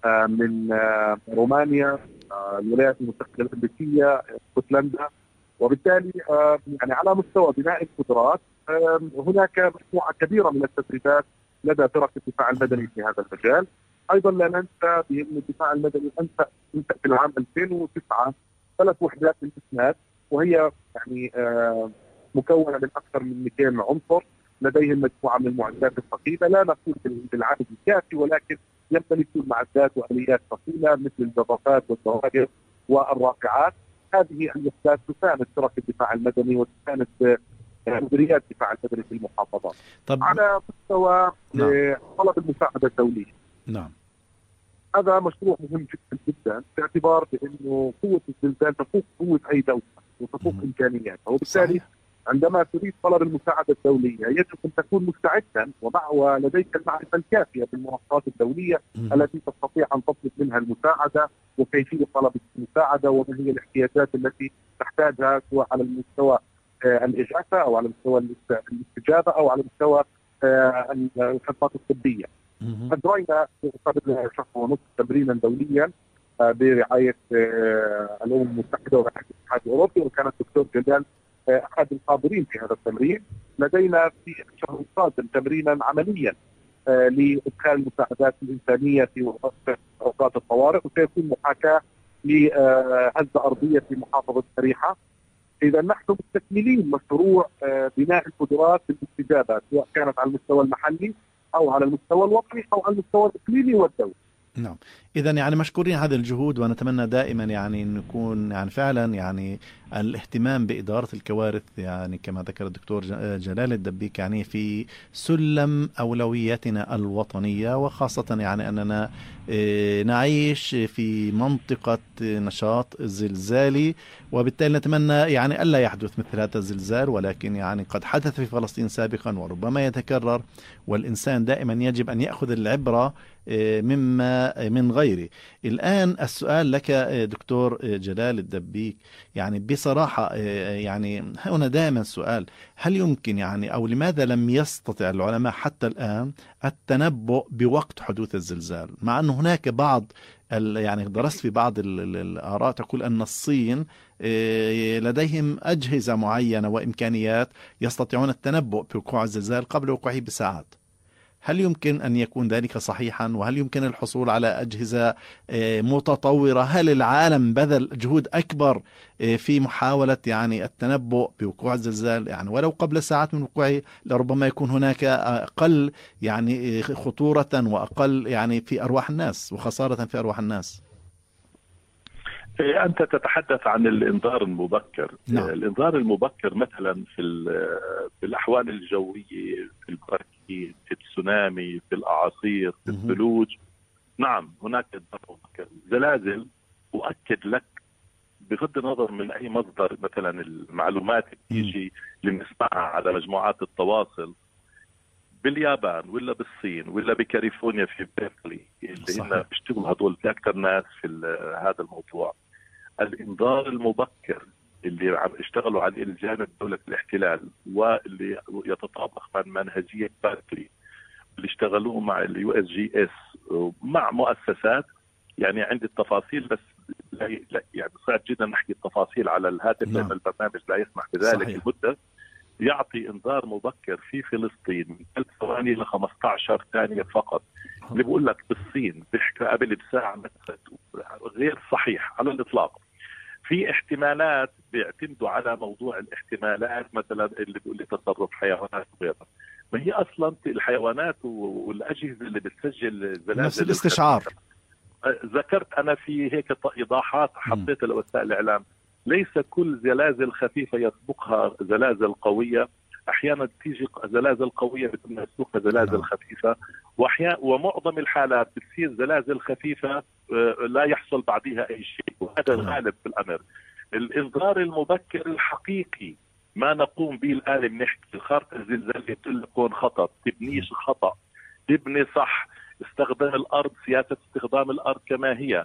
من رومانيا، الولايات المتحده الامريكيه، اسكتلندا. وبالتالي يعني على مستوى بناء القدرات هناك مجموعه كبيره من التدريبات لدى فرق الدفاع المدني في هذا المجال. ايضا لا ننسى بان الدفاع المدني انشا في العام ألفين وتسعة ثلاث وحدات للاسناد، وهي يعني مكونه من اكثر من مئتين عنصر، لديهم مجموعه من المعدات الثقيله، لا نقول بالعدد الكافي ولكن يمتلكون معدات واليات ثقيله مثل الجرافات والدواجر والرافعات. هذه الوحدات تساند فرق الدفاع المدني وتساند مديريات الدفاع المدني في المحافظات. طب على مستوى نعم. طلب المساعده الدوليه. نعم. هذا مشروع مهم جدا جدا باعتبار بانه قوه الزلزال تفوق قوه اي دوله وتفوق امكانياتها، وبالتالي صحيح. عندما تريد طلب المساعده الدوليه يجب ان تكون مستعدا ومع ولديك المعرفه الكافيه بالمنصات الدوليه مم. التي تستطيع ان تطلب منها المساعده وكيفيه طلب المساعده وما هي الاحتياجات التي تحتاجها سواء على المستوى آه الاغاثه او على مستوى الاستجابه او على مستوى آه الخدمات الطبيه. أجرينا قبل شهر ونصف تمرينا دوليا آه برعايه آه الامم المتحده ورعايه الاتحاد الاوروبي، وكان الدكتور جلال احد الحاضرين في هذا التمرين. لدينا في الشهر القادم تمرينا عمليا آه لادخال المساعدات الانسانيه في اوقات الطوارئ، وسيكون محاكاه لهزه ارضيه في محافظه سريحه. اذا نحن مستكملين مشروع آه بناء القدرات بالاستجابه سواء كانت على المستوى المحلي او على المستوى الوطني او على المستوى الاقليمي والدولي. نعم. إذا يعني مشكورين هذه الجهود، ونتمنى دائما يعني أن يكون يعني فعلا يعني الاهتمام بإدارة الكوارث يعني كما ذكر الدكتور جلال الدبيك يعني في سلم أولوياتنا الوطنية، وخاصة يعني أننا نعيش في منطقة نشاط زلزالي، وبالتالي نتمنى يعني ألا يحدث مثل هذا الزلزال، ولكن يعني قد حدث في فلسطين سابقا وربما يتكرر، والإنسان دائما يجب أن يأخذ العبرة مما من غيره. الآن السؤال لك دكتور جلال الدبيك، يعني بصراحة يعني هنا دائما سؤال، هل يمكن يعني أو لماذا لم يستطع العلماء حتى الآن التنبؤ بوقت حدوث الزلزال، مع أن هناك بعض يعني درست في بعض الآراء تقول أن الصين لديهم أجهزة معينة وإمكانيات يستطيعون التنبؤ بوقوع الزلزال قبل وقوعه بساعات. هل يمكن أن يكون ذلك صحيحا؟ وهل يمكن الحصول على أجهزة متطورة؟ هل العالم بذل جهود أكبر في محاولة يعني التنبؤ بوقوع الزلزال يعني ولو قبل ساعات من وقوعه، لربما يكون هناك أقل يعني خطورة وأقل يعني في أرواح الناس وخسارة في أرواح الناس؟ أنت تتحدث عن الإنذار المبكر. نعم. الإنذار المبكر مثلا في في الأحوال الجوية، في البراكين، في التسونامي، في الأعاصير، في الثلوج. نعم هناك إنذار مبكر. زلازل أؤكد لك بغض النظر من أي مصدر، مثلا المعلومات اللي اللي بنسمعها على مجموعات التواصل باليابان ولا بالصين ولا بكاليفورنيا في بيركلي اللي هن بيشتغلوا هذول في أكثر ناس في هذا الموضوع. الإنذار المبكر اللي عم اشتغلوا عليه الجانب دولة الاحتلال واللي يتطابق مع منهجية بيركلي اللي اشتغلوه مع اليو اس جي اس مع مؤسسات يعني عندي التفاصيل، بس لا يعني صعب جدا نحكي التفاصيل على الهاتف لأن البرنامج لا يسمح بذلك. المدة يعطي انذار مبكر في فلسطين من ثلاث ثواني ل خمسة عشر ثانية فقط. اللي بقول لك بالصين بيحكي قبل بساعة غير صحيح على الإطلاق. في احتمالات بيعتمدوا على موضوع الاحتمالات، مثلا اللي بيقول لي تصرف حيوانات وغيرها، ما هي أصلا الحيوانات والأجهزة اللي بتسجل زلازل نفس الاستشعار. ذكرت أنا في هيك إيضاحات حطيتها لوسائل الإعلام، ليس كل زلازل خفيفة يسبقها زلازل قوية، أحيانا تيجي زلازل قوية بتم يسبقها زلازل خفيفة، وأحيانا ومعظم الحالات بتصير زلازل خفيفة لا يحصل بعدها أي شيء، وهذا الغالب في الأمر. الإنذار المبكر الحقيقي ما نقوم به الآن، بنحكي خارطة الزلزال تقول لك هون خطأ، تبنيش خطأ، تبني صح، استخدام الأرض، سياسة استخدام الأرض كما هي،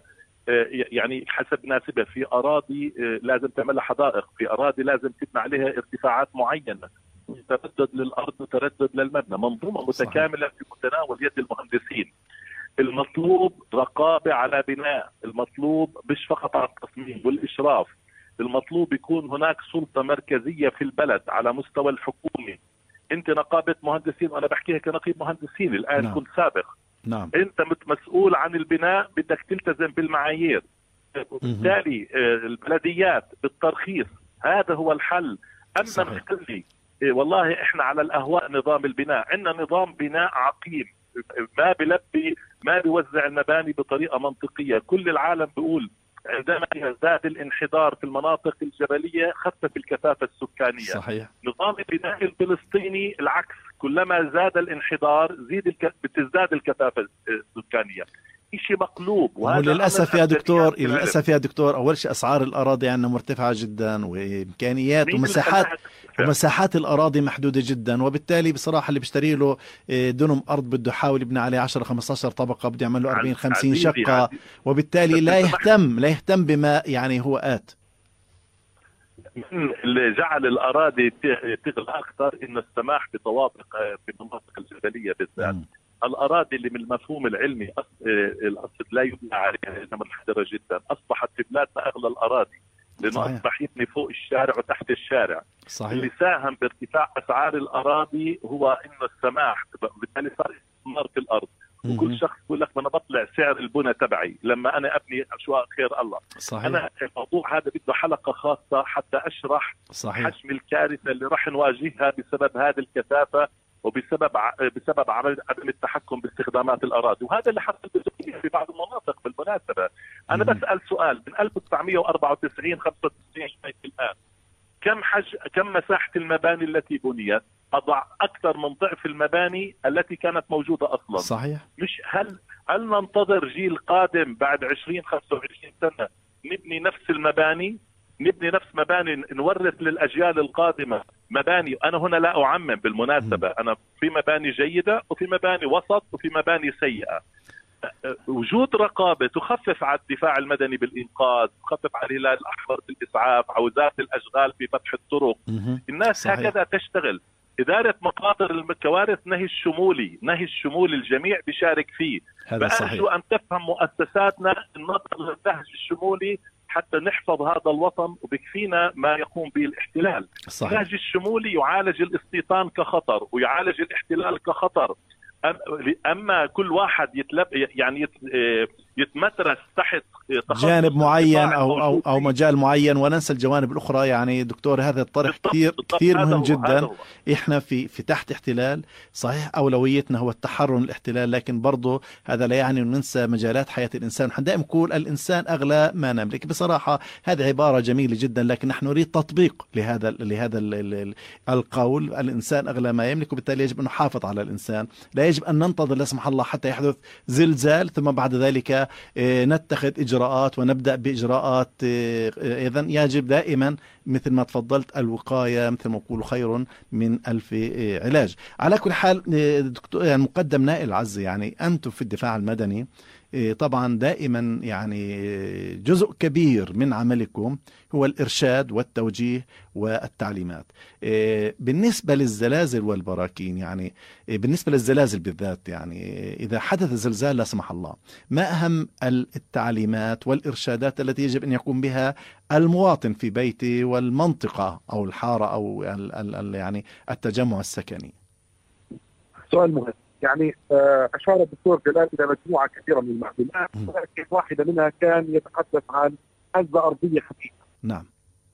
يعني حسب ناسبة. في أراضي لازم تعملها حدائق، في أراضي لازم تبنى عليها ارتفاعات معينة، تردد للأرض وتردد للمبنى، منظومة متكاملة في متناول يد المهندسين. المطلوب رقابة على بناء، المطلوب مش فقط على التصميم والإشراف، المطلوب يكون هناك سلطة مركزية في البلد على مستوى الحكومة. انت نقابة مهندسين وانا بحكيها كنقيب مهندسين الان، نعم. كنت سابق. نعم. انت مسؤول عن البناء، بدك تلتزم بالمعايير. بالتالي البلديات بالترخيص، هذا هو الحل. اما نخلي والله احنا على الاهواء نظام البناء، عندنا نظام بناء عقيم ما بلبي، ما بيوزع المباني بطريقة منطقية. كل العالم بيقول عندما يزداد الانحدار في المناطق الجبلية خفف الكثافة السكانية. صحيح. نظام البناء الفلسطيني العكس، كلما زاد الانحدار زيد الك... بتزداد الكثافة السكانية. شيء مقلوب. وللأسف يا دكتور للأسف يا دكتور أول شيء أسعار الأراضي عندنا يعني مرتفعة جدا، وإمكانيات ومساحات ومساحات الأراضي محدودة جدا، وبالتالي بصراحة اللي بيشتري له دنم أرض بده يحاول يبني عليه عشرة خمسة عشر طبقة، بده يعمل له أربعين خمسين شقة، وبالتالي لا يهتم لا يهتم بما يعني هو آت. اللي جعل الأراضي تغلى أكثر إنه السماح بطوابق في المناطق الجبلية بالذات. الأراضي اللي من المفهوم العلمي الأصل لا يبنى عليها لأنها منحدرة جدا، أصبحت في بلادنا أغلى الأراضي لأنه صحيح. أصبح يبني فوق الشارع وتحت الشارع. صحيح. اللي ساهم بارتفاع أسعار الأراضي هو إنه السماح، بالتالي صار استثمار في الأرض. وكل شخص يقول لك أنا بطلع سعر البنى تبعي لما أنا أبني شو خير الله. صحيح. أنا الموضوع هذا بده حلقة خاصة حتى أشرح صحيح. حجم الكارثة اللي راح نواجهها بسبب هذه الكثافة وبسبب بسبب عدم التحكم باستخدامات الأراضي. وهذا اللي حصل في بعض المناطق. بالمناسبة أنا بسأل سؤال، من ألف وتسعمئة وأربعة وتسعين خمسة وتسعين الآن كم حج كم مساحة المباني التي بنيت؟ أضع أكثر من ضعف المباني التي كانت موجودة أصلا. صحيح. مش هل هل ننتظر جيل قادم بعد عشرين خمسة وعشرين سنة نبني نفس المباني؟ نبني نفس مباني نورث للأجيال القادمة مباني. أنا هنا لا أعمم بالمناسبة، أنا في مباني جيدة وفي مباني وسط وفي مباني سيئة. وجود رقابة تخفف على الدفاع المدني بالإنقاذ، تخفف على الهلال الأحمر بالإسعاف، على وزارة الأشغال في فتح الطرق. الناس صحيح. هكذا تشتغل. إدارة مخاطر الكوارث نهي الشمولي، نهي الشمول الجميع بيشارك فيه. فأرجو أن تفهم مؤسساتنا النظر للنهج الشمولي حتى نحفظ هذا الوطن، وبكفينا ما يقوم به الاحتلال. النهج الشمولي يعالج الاستيطان كخطر ويعالج الاحتلال كخطر. أما كل واحد يتلب يعني يتمترس تحت جانب معين أو, أو, أو مجال معين وننسى الجوانب الأخرى. يعني دكتور هذا الطرح كثير كثير مهم جدا. إحنا في في تحت احتلال صحيح، أولويتنا هو التحرر من الاحتلال، لكن برضو هذا لا يعني أن ننسى مجالات حياة الإنسان. نحن دائما نقول الإنسان أغلى ما نملك. بصراحة هذه عبارة جميلة جدا، لكن نحن نريد تطبيق لهذا لهذا القول. الإنسان أغلى ما يملك، وبالتالي يجب أن نحافظ على الإنسان. لا يجب أن ننتظر لا سمح الله حتى يحدث زلزال ثم بعد ذلك نتخذ إجراءات ونبدأ بإجراءات. إذن يجب دائما مثل ما تفضلت الوقاية، مثل ما نقول خير من ألف علاج. على كل حال دكتور يعني مقدم نائل عزة، يعني أنتم في الدفاع المدني طبعا دائما يعني جزء كبير من عملكم هو الإرشاد والتوجيه والتعليمات. بالنسبة للزلازل والبراكين، يعني بالنسبة للزلازل بالذات، يعني إذا حدث زلزال لا سمح الله، ما أهم التعليمات والإرشادات التي يجب أن يقوم بها المواطن في بيته والمنطقة أو الحارة أو ال ال يعني التجمع السكني؟ سؤال مهم. يعني أشار الدكتور جلال إلى مجموعة كثيرة من المعلومات، ولكن واحدة منها كان يتحدث عن هزة أرضية خفيفة. نعم.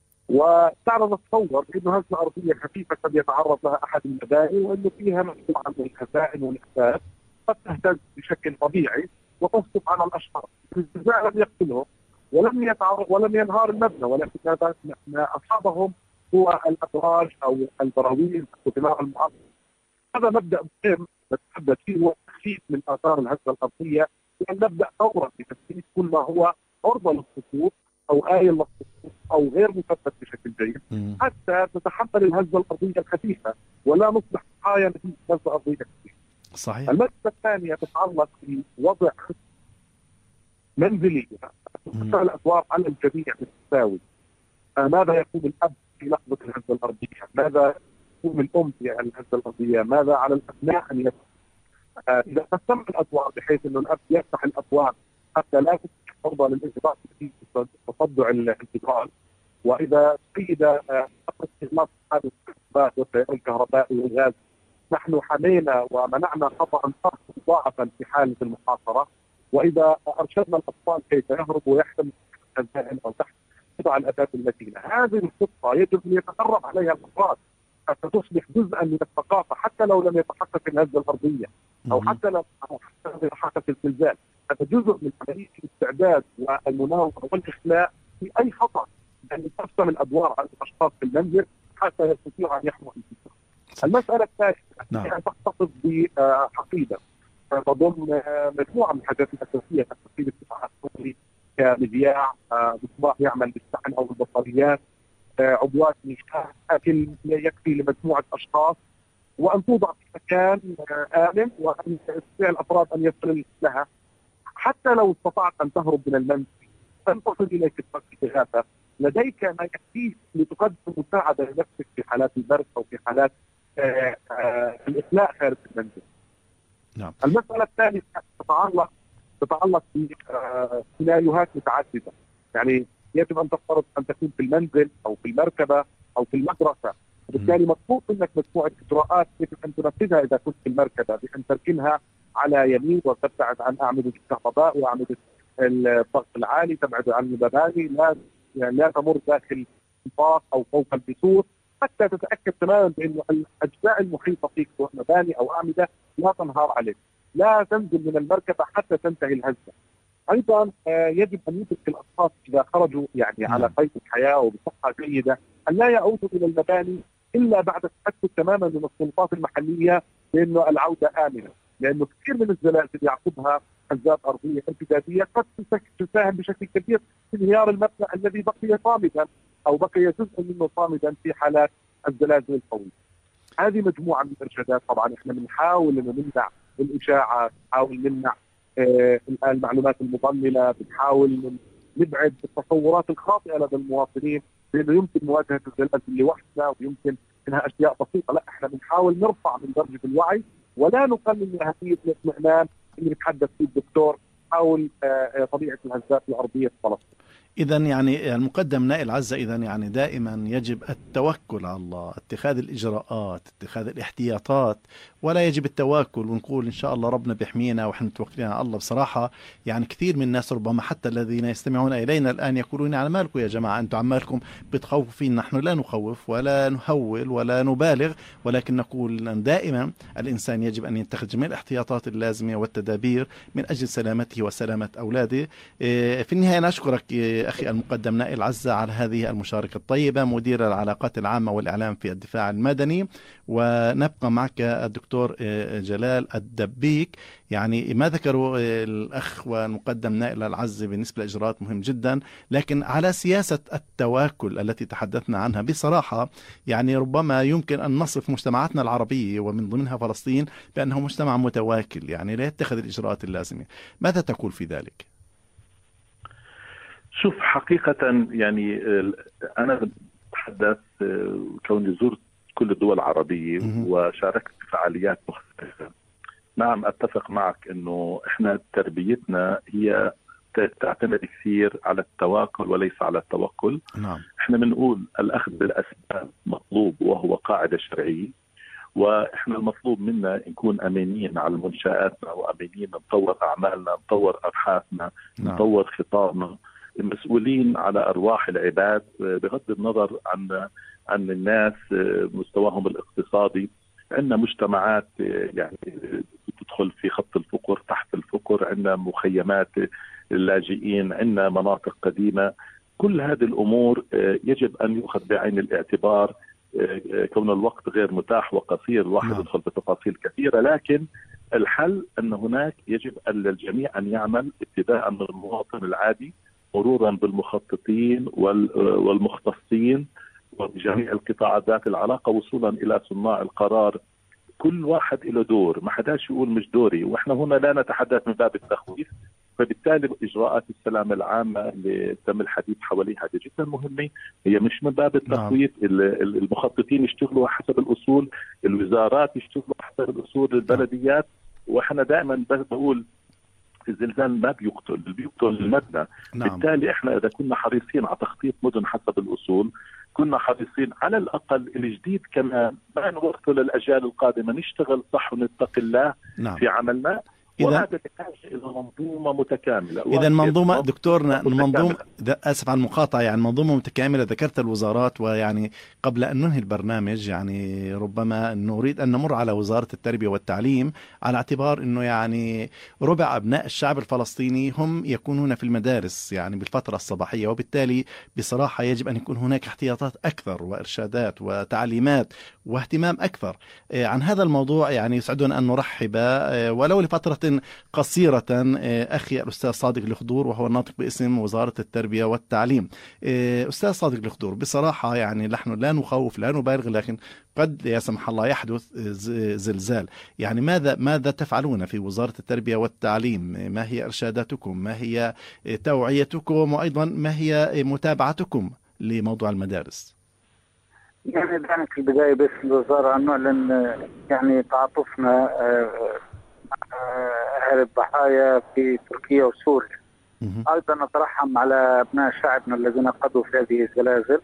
وتعرض نتصور إنه هزة أرضية خفيفة قد يتعرض لها أحد المباني، وإنه فيها مجموعة من الخزائن والأحداث قد تهتز بشكل طبيعي وتسقط على الأشخاص. الزلزال لم يقتلهم ولم يتعرض ولم ينهار المبنى، ولكن ما أصابهم هو الأبراج أو البراويز وبناء المعظم. هذا مبدأ مهم نتحدث فيه، هو التخفيف من آثار الهزة الأرضية، وأن نبدأ فورا بتثبيت كل ما هو عرضة للسقوط أو آية للسقوط أو غير مثبت بشكل جيد حتى تتحمل الهزة الأرضية الخفيفة ولا نصبح ضحايا نتيجة هزة أرضية خفيفة. صحيح. المسألة الثانية تتعلق بوضع منزلية تفتح الأبواب على الجميع بالتساوي. ماذا يقوم الأب في لحظة الهزة الأرضية؟ ماذا تقوم الأم في الهزة الأرضية؟ ماذا على الأبناء أن يفعلوا؟ إذا قسمنا الأدوار بحيث أنه الأب يفتح الأبواب حتى لا تفتح فرضا للانضباط في تصدع الانتقال، وإذا قيد استخلاص هذه الحسابات والتيار الكهربائي والغاز نحن حمينا ومنعنا خطأ مضاعفا في حالة المحاصرة، وإذا أرشدنا الأطفال كيف يهرب ويحتمل الزائن أو تحت قطع الأثاث المتينة. هذه الخطة يجب أن يتدرب عليها الأفراد حتى تصبح جزءا من الثقافة، حتى لو لم يتحقق الهزة الأرضية أو حتى لو لم يتحقق الزلزال. هذا جزء من عملية الاستعداد والمناورة والإخلاء في أي خطأ، أن تقسم الأدوار على الأشخاص في المنزل حتى يستطيعوا أن يحموا أنفسهم. المسألة الثالثة هي أن تحتفظ بحقيبة تضم مجموعة من الحاجات الأساسية كحقيبة الدفاع الصوتي كمذياع، مصباح يعمل بالشحن أو البطاريات، عبوات مياه، أكل يكفي لمجموعة أشخاص، وأن توضع في مكان آمن وأن يستطيع الأفراد أن يصلوا لها. حتى لو استطعت أن تهرب من المنزل أن تصل إليك الإغاثة، لديك ما يكفيك لتقدم مساعدة لنفسك في حالات البرد أو في حالات آآ آآ الإخلاء خارج المنزل. نعم. المسألة الثانية تتعلق تتعلق بسيناريوهات متعددة، يعني يجب أن تفترض أن تكون في المنزل أو في المركبة أو في المدرسة، وبالتالي مطلوب منك مجموعة إجراءات يجب أن تنفذها إذا كنت في المركبة، بأن تركنها على يمين وتبتعد عن أعمدة الكهرباء وأعمدة الضغط العالي، تبعد عن المباني، لا يعني لا تمر داخل الانفاق أو فوق البسور، حتى تتأكد تماما بأن الأجزاء المحيطة فيك سواء مباني أو أعمدة لا تنهار عليك. لا تنزل من المركبة حتى تنتهي الهزة. أيضا يجب أن يدرك الأشخاص إذا خرجوا يعني على قيد الحياة وبصحة جيدة أن لا يعودوا إلى المباني إلا بعد التأكد تماما من السلطات المحلية بأنه العودة آمنة، لأنه كثير من الزلازل يعقبها هزات أرضية امتدادية قد تساهم بشكل كبير في انهيار المبنى الذي بقي صامدا أو بقي جزء منه صامدا في حالات الزلازل القوية. هذه مجموعة من الإرشادات. طبعا إحنا بنحاول أن نمنع الإشاعة، بنحاول نمنع آه المعلومات المضللة، بنحاول نبعد التصورات الخاطئة لدى المواطنين بأنه يمكن مواجهة الزلازل لوحدنا ويمكن إنها أشياء بسيطة. لا، إحنا بنحاول نرفع من درجة الوعي ولا نقلل من أهمية الاطمئنان اللي بيتحدث فيه الدكتور حول آه طبيعة الهزات الأرضية في فلسطين. إذا يعني المقدم نائل عزة، إذا يعني دائما يجب التوكل على الله، اتخاذ الإجراءات، اتخاذ الاحتياطات، ولا يجب التواكل ونقول إن شاء الله ربنا بيحمينا ونحن متوكلين على الله. بصراحة يعني كثير من الناس ربما حتى الذين يستمعون إلينا الآن يقولون على مالكم يا جماعة، أنتم عمالكم بتخوفوا فينا. نحن لا نخوف ولا نهول ولا نبالغ، ولكن نقول دائما الإنسان يجب أن يتخذ جميع الاحتياطات اللازمة والتدابير من أجل سلامته وسلامة أولاده. في النهاية نشكرك أخي المقدم نائل عزة على هذه المشاركة الطيبة، مدير العلاقات العامة والإعلام في الدفاع المدني. ونبقى معك الدكتور جلال الدبيك. يعني ما ذكروا الأخ والمقدم نائل العزة بالنسبة لإجراءات مهم جدا، لكن على سياسة التواكل التي تحدثنا عنها بصراحة يعني ربما يمكن أن نصف مجتمعاتنا العربية ومن ضمنها فلسطين بأنه مجتمع متواكل، يعني لا يتخذ الإجراءات اللازمة. ماذا تقول في ذلك؟ شوف، حقيقة يعني أنا أتحدث كوني زرت كل الدول العربية وشاركت في فعاليات مختلفة. نعم، أتفق معك أنه إحنا تربيتنا هي تعتمد كثير على التواكل وليس على التوكل. نعم. إحنا بنقول الأخذ بالأسباب مطلوب وهو قاعدة شرعية، وإحنا المطلوب منا نكون أمينين على منشآتنا وأمينين نطور أعمالنا، نطور أبحاثنا، نعم. نطور خطابنا، مسؤولين على أرواح العباد بغض النظر عن عن الناس مستواهم الاقتصادي. عندنا مجتمعات يعني تدخل في خط الفقر، تحت الفقر، عندنا مخيمات اللاجئين، عندنا مناطق قديمة. كل هذه الأمور يجب أن يؤخذ بعين الاعتبار. كون الوقت غير متاح وقصير الواحد نعم. يدخل بتفاصيل كثيرة، لكن الحل أن هناك يجب أن للجميع أن يعمل ابتداء من المواطن العادي مرورا بالمخططين والمختصين وبجميع القطاعات ذات العلاقة وصولا إلى صناع القرار. كل واحد له دور، ما حداش يقول مش دوري. وإحنا هنا لا نتحدث من باب التخويف، فبالتالي إجراءات السلامة العامة اللي تم الحديث حواليها هذه جدا مهمة. هي مش من باب التخويف، المخططين يشتغلوا حسب الأصول، الوزارات يشتغلوا حسب الأصول، البلديات. وإحنا دائما بقول الزلزال ما بيقتل، اللي بيقتل المبنى. نعم. بالتالي احنا اذا كنا حريصين على تخطيط مدن حسب الاصول، كنا حريصين على الاقل الجديد كمان ما نورثه للاجيال القادمه، نشتغل صح ونتقي الله. نعم. في عملنا. وهذا بحاجه الى منظومه متكامله. اذا منظومه دكتورنا منظومه اسف على المقاطعه، يعني منظومه متكامله. ذكرت الوزارات، ويعني قبل ان ننهي البرنامج يعني ربما نريد ان نمر على وزاره التربيه والتعليم، على اعتبار انه يعني ربع ابناء الشعب الفلسطيني هم يكونون في المدارس يعني بالفتره الصباحيه، وبالتالي بصراحه يجب ان يكون هناك احتياطات اكثر وارشادات وتعليمات واهتمام اكثر عن هذا الموضوع. يعني يسعدنا ان نرحب ولو لفتره قصيرة أخي الأستاذ صادق الخضور، وهو الناطق باسم وزارة التربية والتعليم. أستاذ صادق الخضور، بصراحة يعني نحن لا نخوف لا نبالغ، لكن قد لا سمح الله يحدث زلزال. يعني ماذا ماذا تفعلون في وزارة التربية والتعليم؟ ما هي إرشاداتكم؟ ما هي توعيتكم؟ وأيضا ما هي متابعتكم لموضوع المدارس؟ يعني دعنا في البداية باسم الوزارة أن نعلن يعني تعاطفنا أهل الضحايا في تركيا وسوريا. أيضا نترحم على أبناء شعبنا الذين قضوا في هذه الزلازل.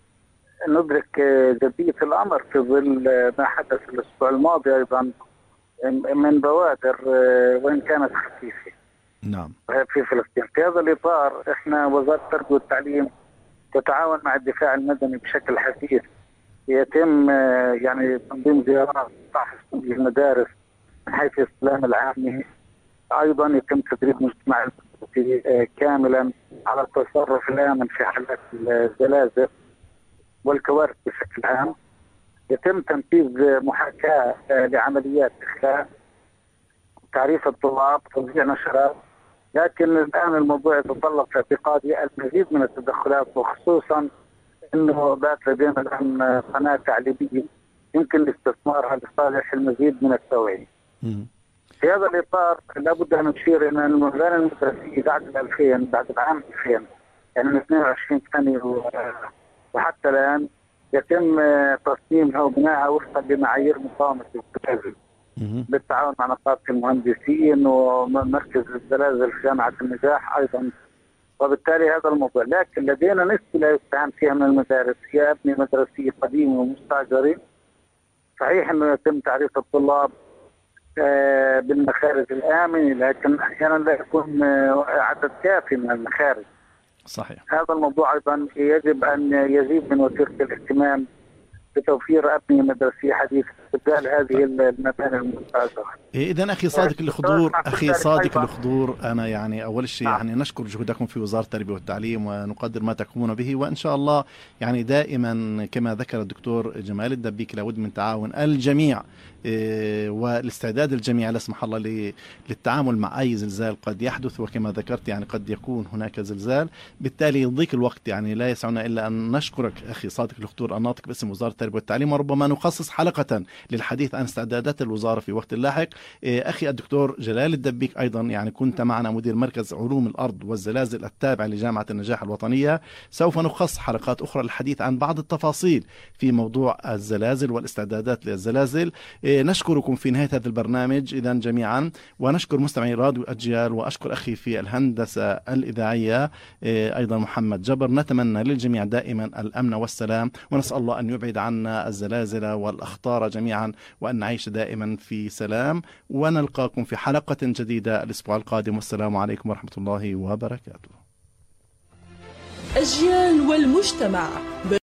ندرك جدية الأمر في ظل ما حدث الأسبوع الماضي أيضا من بوادر وإن كانت خفيفة. نعم. في فلسطين. في هذا الإطار إحنا وزارة التربية والتعليم تتعاون مع الدفاع المدني بشكل حثيث. يتم يعني تنظيم زيارات فحص المدارس من حيث السلام العامي. أيضا يتم تدريب مجتمع كاملا على التصرف الآمن في حالات الزلازل والكوارث بشكل عام. يتم تنفيذ محاكاة لعمليات إخلاء، تعريف الطلاب، توزيع نشرات. لكن الآن الموضوع يتطلب في اعتقادي المزيد من التدخلات، وخصوصا أنه بات لدينا الآن قناة تعليمية يمكن الاستثمارها لصالح المزيد من التوعية. في هذا الإطار لابد أن نشير إلى المباني المدرسية بعد الألفين، بعد العام ألفين، يعني من اثنين وعشرين سنة وحتى الآن يتم تصميمها وبنائها وفقا لمعايير مقاومة الزلازل بالتعاون مع نقابة المهندسين ومركز الزلازل في جامعة النجاح أيضا. وبالتالي هذا الموضوع، لكن لدينا نسبة لا يستهان فيها من المدارس هي أبنية مدرسية قديمة ومستأجرة. صحيح أنه يتم تعريف الطلاب بالمخارج الآمنة، لكن أحيانا لا يكون عدد كافي من المخارج. صحيح. هذا الموضوع أيضا يجب أن يزيد من وتيرة الاهتمام بتوفير أبنية مدرسية حديثة استبدال هذه المباني المستأجرة. إذن أخي صادق الخضور أخي صادق الخضور أنا يعني أول شيء يعني نشكر جهودكم في وزارة التربية والتعليم ونقدر ما تقومون به، وإن شاء الله يعني دائما كما ذكر الدكتور جمال الدبيك لابد من تعاون الجميع والاستعداد الجميع لا سمح الله للتعامل مع أي زلزال قد يحدث. وكما ذكرت يعني قد يكون هناك زلزال، بالتالي يضيق الوقت يعني لا يسعنا إلا أن نشكرك أخي صادق الخضور الناطق باسم وزارة التربية والتعليم، وربما نخصص حلقة للحديث عن استعدادات الوزارة في وقت لاحق. أخي الدكتور جلال الدبيك أيضا يعني كنت معنا مدير مركز علوم الأرض والزلازل التابع لجامعة النجاح الوطنية، سوف نخصص حلقات أخرى للحديث عن بعض التفاصيل في موضوع الزلازل والاستعدادات للزلازل. نشكركم في نهاية هذا البرنامج إذا جميعا، ونشكر مستمعي راديو أجيال، وأشكر أخي في الهندسة الإذاعية أيضا محمد جبر. نتمنى للجميع دائما الأمن والسلام، ونسأل الله أن يبعد عنا الزلازل والأخطار جميعا، وأن نعيش دائما في سلام، ونلقاكم في حلقة جديدة الأسبوع القادم، والسلام عليكم ورحمة الله وبركاته. أجيال والمجتمع.